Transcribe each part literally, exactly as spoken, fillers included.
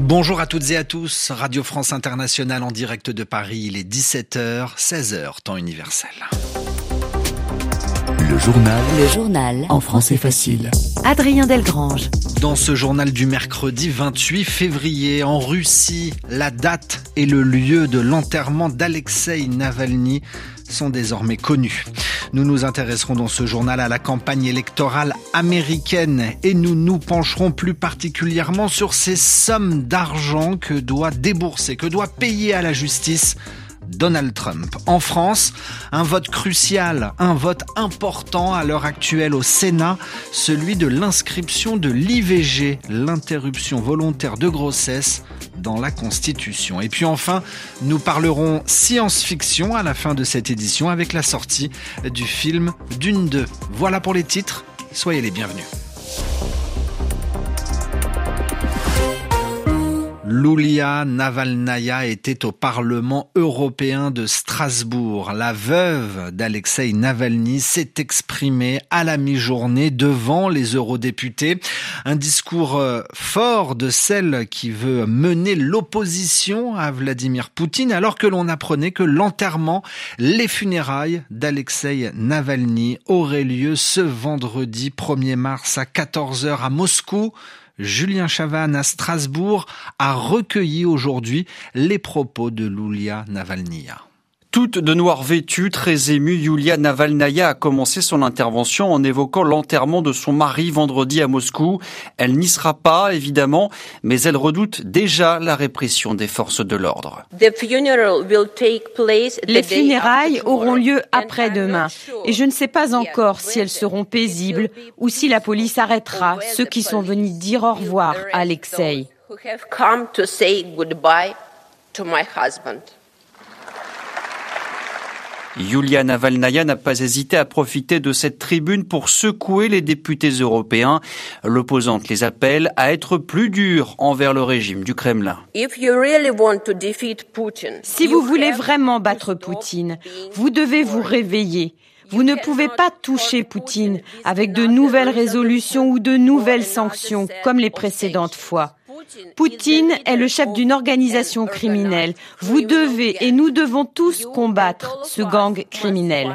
Bonjour à toutes et à tous, Radio France Internationale en direct de Paris, il est dix-sept heures, seize heures, temps universel. Le journal. Le journal. En français facile. Adrien Delgrange. Dans ce journal du mercredi vingt-huit février, en Russie, la date et le lieu de l'enterrement d'Alexeï Navalny sont désormais connus. Nous nous intéresserons dans ce journal à la campagne électorale américaine et nous nous pencherons plus particulièrement sur ces sommes d'argent que doit débourser, que doit payer à la justice Donald Trump. En France, un vote crucial, un vote important à l'heure actuelle au Sénat, celui de l'inscription de l'I V G, l'interruption volontaire de grossesse, dans la Constitution. Et puis enfin, nous parlerons science-fiction à la fin de cette édition avec la sortie du film Dune deux. Voilà pour les titres, soyez les bienvenus. Yulia Navalnaya était au Parlement européen de Strasbourg. La veuve d'Alexeï Navalny s'est exprimée à la mi-journée devant les eurodéputés. Un discours fort de celle qui veut mener l'opposition à Vladimir Poutine, alors que l'on apprenait que l'enterrement, les funérailles d'Alexeï Navalny auraient lieu ce vendredi premier mars à quatorze heures à Moscou. Julien Chavannes à Strasbourg a recueilli aujourd'hui les propos de Yulia Navalnaya. Toute de noir vêtue, très émue, Yulia Navalnaya a commencé son intervention en évoquant l'enterrement de son mari vendredi à Moscou. Elle n'y sera pas, évidemment, mais elle redoute déjà la répression des forces de l'ordre. Les funérailles auront lieu après-demain et je ne sais pas encore si elles seront paisibles ou si la police arrêtera ceux qui sont venus dire au revoir à Alexeï. Yulia Navalnaya n'a pas hésité à profiter de cette tribune pour secouer les députés européens. L'opposante les appelle à être plus durs envers le régime du Kremlin. Si vous voulez vraiment battre Poutine, vous devez vous réveiller. Vous ne pouvez pas toucher Poutine avec de nouvelles résolutions ou de nouvelles sanctions comme les précédentes fois. Poutine est le chef d'une organisation criminelle. Vous devez et nous devons tous combattre ce gang criminel.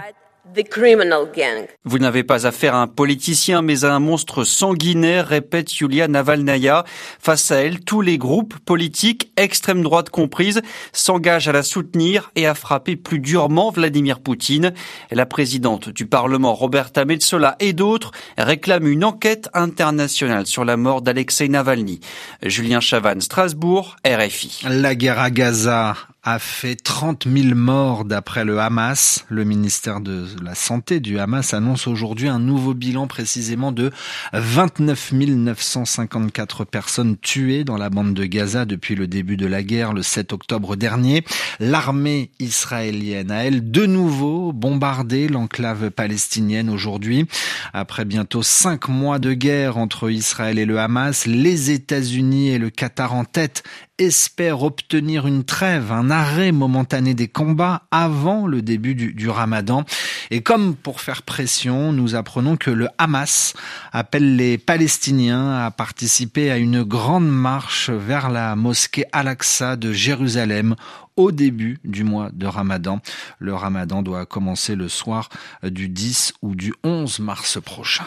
Vous n'avez pas affaire à un politicien, mais à un monstre sanguinaire, répète Yulia Navalnaya. Face à elle, tous les groupes politiques, extrême droite comprises, s'engagent à la soutenir et à frapper plus durement Vladimir Poutine. La présidente du Parlement, Roberta Metsola, et d'autres réclament une enquête internationale sur la mort d'Alexeï Navalny. Julien Chavannes, Strasbourg, R F I. La guerre à Gaza a fait trente mille morts d'après le Hamas. Le ministère de la Santé du Hamas annonce aujourd'hui un nouveau bilan précisément de vingt-neuf mille neuf cent cinquante-quatre personnes tuées dans la bande de Gaza depuis le début de la guerre le sept octobre dernier. L'armée israélienne a, elle, de nouveau bombardé l'enclave palestinienne aujourd'hui. Après bientôt cinq mois de guerre entre Israël et le Hamas, les États-Unis et le Qatar en tête espèrent obtenir une trêve, un arrêt momentané des combats avant le début du, du Ramadan. Et comme pour faire pression, nous apprenons que le Hamas appelle les Palestiniens à participer à une grande marche vers la mosquée Al-Aqsa de Jérusalem au début du mois de Ramadan. Le Ramadan doit commencer le soir du dix ou du onze mars prochain.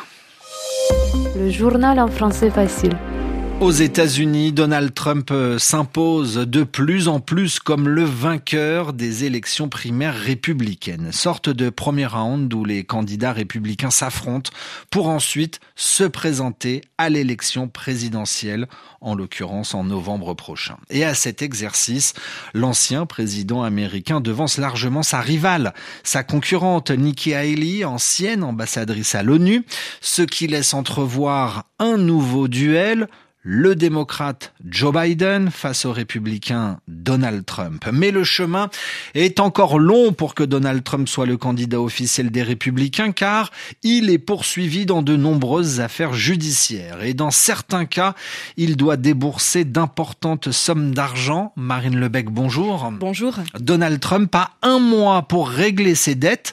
Le journal en français facile. Aux États-Unis, Donald Trump s'impose de plus en plus comme le vainqueur des élections primaires républicaines. Sorte de premier round où les candidats républicains s'affrontent pour ensuite se présenter à l'élection présidentielle, en l'occurrence en novembre prochain. Et à cet exercice, l'ancien président américain devance largement sa rivale, sa concurrente Nikki Haley, ancienne ambassadrice à l'ONU, ce qui laisse entrevoir un nouveau duel, le démocrate Joe Biden face au républicain Donald Trump. Mais le chemin est encore long pour que Donald Trump soit le candidat officiel des républicains, car il est poursuivi dans de nombreuses affaires judiciaires. Et dans certains cas, il doit débourser d'importantes sommes d'argent. Marine Lebec, bonjour. Bonjour. Donald Trump a un mois pour régler ses dettes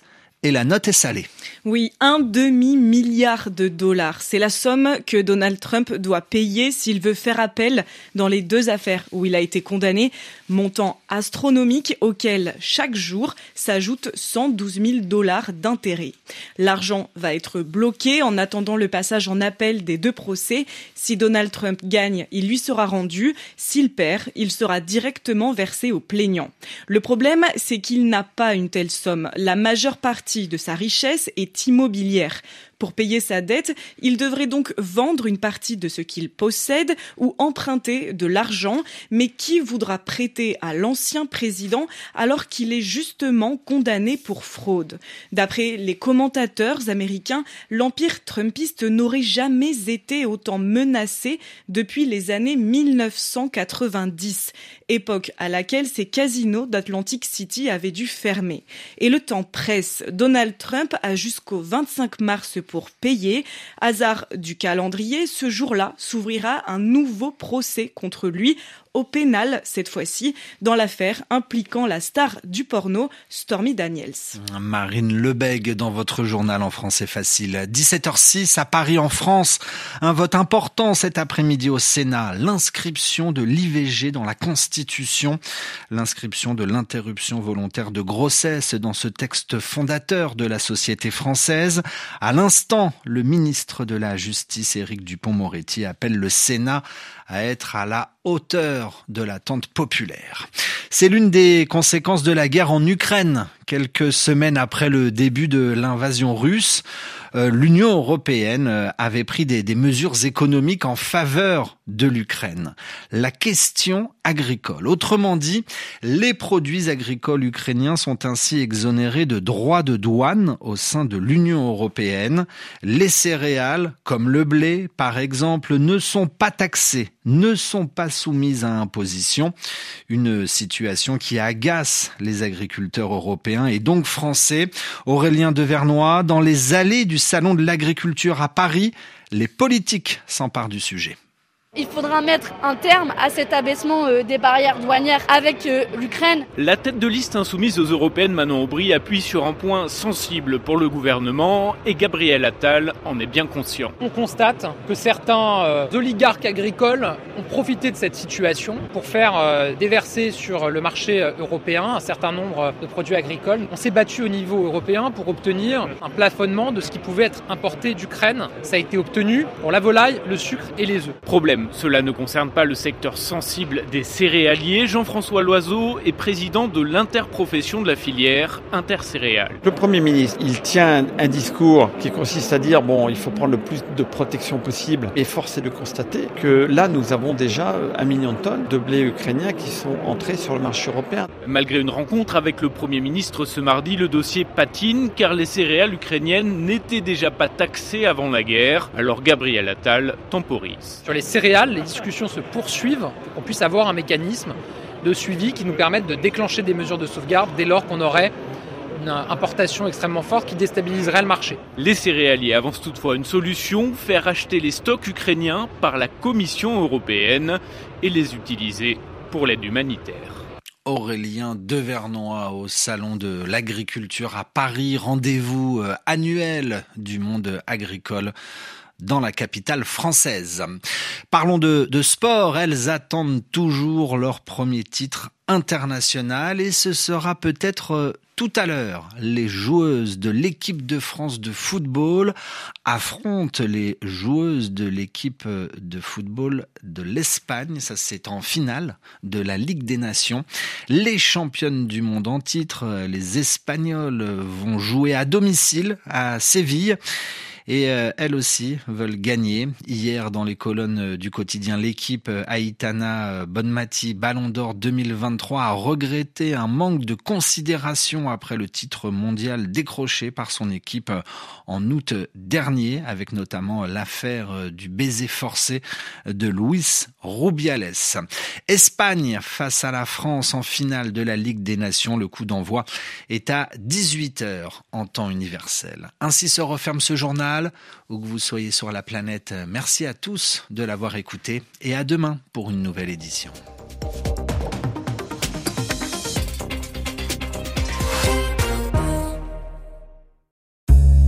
et la note est salée. Oui, un demi-milliard de dollars. C'est la somme que Donald Trump doit payer s'il veut faire appel dans les deux affaires où il a été condamné. Montant astronomique auquel chaque jour s'ajoutent cent douze mille dollars d'intérêts. L'argent va être bloqué en attendant le passage en appel des deux procès. Si Donald Trump gagne, il lui sera rendu. S'il perd, il sera directement versé aux plaignants. Le problème, c'est qu'il n'a pas une telle somme. La majeure partie de sa richesse est immobilière. Pour payer sa dette, il devrait donc vendre une partie de ce qu'il possède ou emprunter de l'argent. Mais qui voudra prêter à l'ancien président alors qu'il est justement condamné pour fraude ? D'après les commentateurs américains, l'empire trumpiste n'aurait jamais été autant menacé depuis les années mille neuf cent quatre-vingt-dix, époque à laquelle ces casinos d'Atlantic City avaient dû fermer. Et le temps presse. Donald Trump a jusqu'au vingt-cinq mars pour payer. Hasard du calendrier, ce jour-là s'ouvrira un nouveau procès contre lui, au pénal cette fois-ci, dans l'affaire impliquant la star du porno Stormy Daniels. Marine Lebègue dans votre journal en français facile. dix-sept heures six à Paris en France. Un vote important cet après-midi au Sénat. L'inscription de l'I V G dans la Constitution. L'inscription de l'interruption volontaire de grossesse dans ce texte fondateur de la société française. À l'instant, le ministre de la Justice, Éric Dupond-Moretti, appelle le Sénat à être à la hauteur de l'attente populaire. C'est l'une des conséquences de la guerre en Ukraine. Quelques semaines après le début de l'invasion russe, euh, l'Union européenne euh, avait pris des, des mesures économiques en faveur de l'Ukraine. La question agricole. Autrement dit, les produits agricoles ukrainiens sont ainsi exonérés de droits de douane au sein de l'Union européenne. Les céréales, comme le blé par exemple, ne sont pas taxées, ne sont pas soumises à imposition. Une situation qui agace les agriculteurs européens et donc français. Aurélien Devernois, dans les allées du Salon de l'agriculture à Paris, les politiques s'emparent du sujet. Il faudra mettre un terme à cet abaissement euh, des barrières douanières avec euh, l'Ukraine. La tête de liste insoumise aux européennes, Manon Aubry, appuie sur un point sensible pour le gouvernement et Gabriel Attal en est bien conscient. On constate que certains euh, oligarques agricoles ont profité de cette situation pour faire euh, déverser sur le marché européen un certain nombre de produits agricoles. On s'est battu au niveau européen pour obtenir un plafonnement de ce qui pouvait être importé d'Ukraine. Ça a été obtenu pour la volaille, le sucre et les œufs. Problème. Cela ne concerne pas le secteur sensible des céréaliers. Jean-François Loiseau est président de l'interprofession de la filière intercéréales. Le Premier ministre, il tient un discours qui consiste à dire bon, il faut prendre le plus de protection possible. Et force est de constater que là, nous avons déjà un million de tonnes de blé ukrainien qui sont entrées sur le marché européen. Malgré une rencontre avec le Premier ministre ce mardi, le dossier patine car les céréales ukrainiennes n'étaient déjà pas taxées avant la guerre. Alors Gabriel Attal temporise. Sur les céréales, les discussions se poursuivent pour qu'on puisse avoir un mécanisme de suivi qui nous permette de déclencher des mesures de sauvegarde dès lors qu'on aurait une importation extrêmement forte qui déstabiliserait le marché. Les céréaliers avancent toutefois une solution, faire acheter les stocks ukrainiens par la Commission européenne et les utiliser pour l'aide humanitaire. Aurélien Devernois au Salon de l'agriculture à Paris, rendez-vous annuel du monde agricole dans la capitale française. Parlons de, de sport. Elles attendent toujours leur premier titre international et ce sera peut-être tout à l'heure. Les joueuses de l'équipe de France de football affrontent les joueuses de l'équipe de football de l'Espagne. Ça, c'est en finale de la Ligue des Nations. Les championnes du monde en titre, les Espagnols, vont jouer à domicile à Séville. Et euh, elles aussi veulent gagner. Hier, dans les colonnes du quotidien L'Équipe, Aitana Bonmati, Ballon d'Or deux mille vingt-trois, a regretté un manque de considération après le titre mondial décroché par son équipe en août dernier, avec notamment l'affaire du baiser forcé de Luis Rubiales. Espagne face à la France en finale de la Ligue des Nations. Le coup d'envoi est à dix-huit heures en temps universel. Ainsi se referme ce journal. Où que vous soyez sur la planète, merci à tous de l'avoir écouté et à demain pour une nouvelle édition.